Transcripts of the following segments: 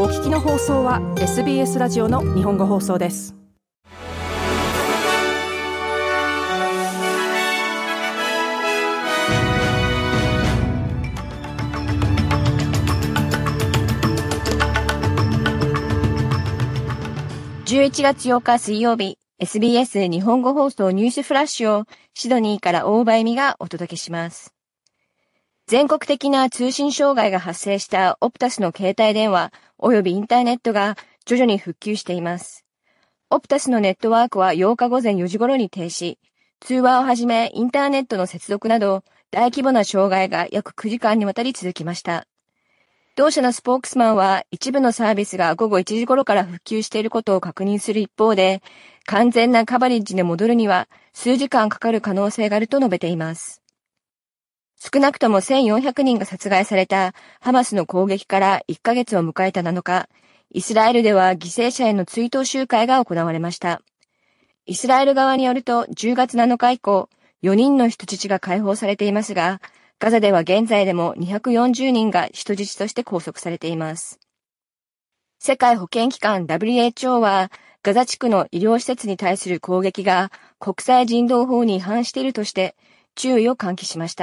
聞きの放送は SBS ラジオの日本語放送です。 11月8日水曜日、SBS 日本語放送ニュースフラッシュをシドニーから大場恵美がお届けします。全国的な通信障害が発生したオプタスの携帯電話及びインターネットが徐々に復旧しています。オプタスのネットワークは8日午前4時頃に停止、通話をはじめインターネットの接続など大規模な障害が約9時間にわたり続きました。同社のスポークスマンは一部のサービスが午後1時頃から復旧していることを確認する一方で、完全なカバレッジに戻るには数時間かかる可能性があると述べています。少なくとも1400人が殺害されたハマスの攻撃から1ヶ月を迎えた7日、イスラエルでは犠牲者への追悼集会が行われました。イスラエル側によると10月7日以降、4人の人質が解放されていますが、ガザでは現在でも240人が人質として拘束されています。世界保健機関 WHO は、ガザ地区の医療施設に対する攻撃が国際人道法に違反しているとして注意を喚起しました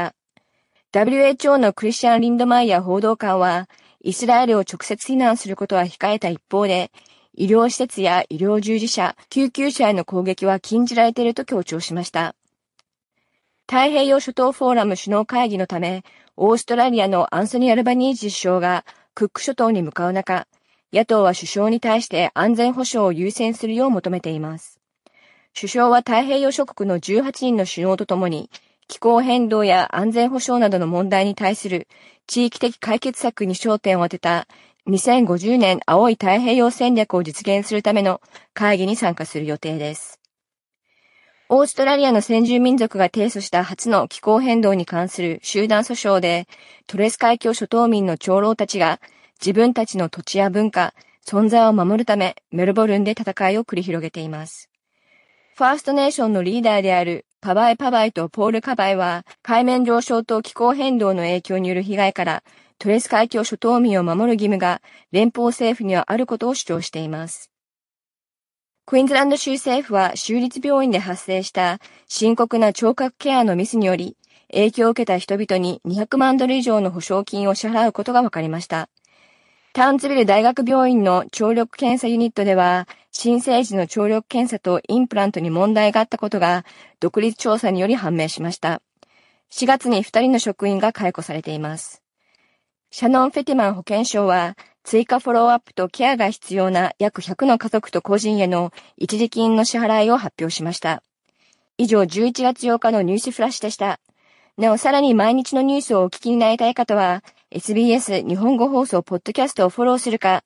。WHO のクリスチャン・リンドマイヤー報道官は、イスラエルを直接非難することは控えた一方で、医療施設や医療従事者、救急車への攻撃は禁じられていると強調しました。太平洋諸島フォーラム首脳会議のため、オーストラリアのアンソニー・アルバニージ首相がクック諸島に向かう中、野党は首相に対して安全保障を優先するよう求めています。首相は太平洋諸国の18人の首脳とともに、気候変動や安全保障などの問題に対する地域的解決策に焦点を当てた2050年青い太平洋戦略を実現するための会議に参加する予定です。オーストラリアの先住民族が提訴した初の気候変動に関する集団訴訟で、トレス海峡諸島民の長老たちが自分たちの土地や文化、存在を守るためメルボルンで戦いを繰り広げています。ファーストネーションのリーダーであるパバイとポール・カバイは、海面上昇と気候変動の影響による被害からトレス海峡諸島民を守る義務が連邦政府にはあることを主張しています。クイーンズランド州政府は州立病院で発生した深刻な聴覚ケアのミスにより影響を受けた人々に200万ドル以上の補償金を支払うことが分かりました。タウンズビル大学病院の聴力検査ユニットでは新生児の聴力検査とインプラントに問題があったことが独立調査により判明しました。4月に2人の職員が解雇されています。シャノン・フェティマン保健相は追加フォローアップとケアが必要な約100の家族と個人への一時金の支払いを発表しました。以上11月8日のニュースフラッシュでした。なおさらに毎日のニュースをお聞きになりたい方は SBS 日本語放送ポッドキャストをフォローするか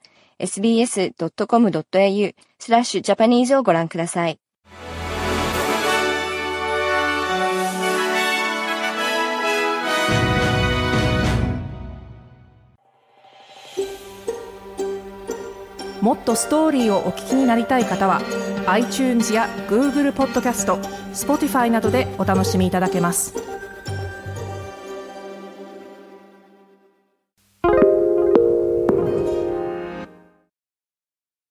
sbs.com.au/Japanese をご覧ください。 もっとストーリーをお聞きになりたい方は iTunes や Google ポッドキャスト、Spotify などでお楽しみいただけます。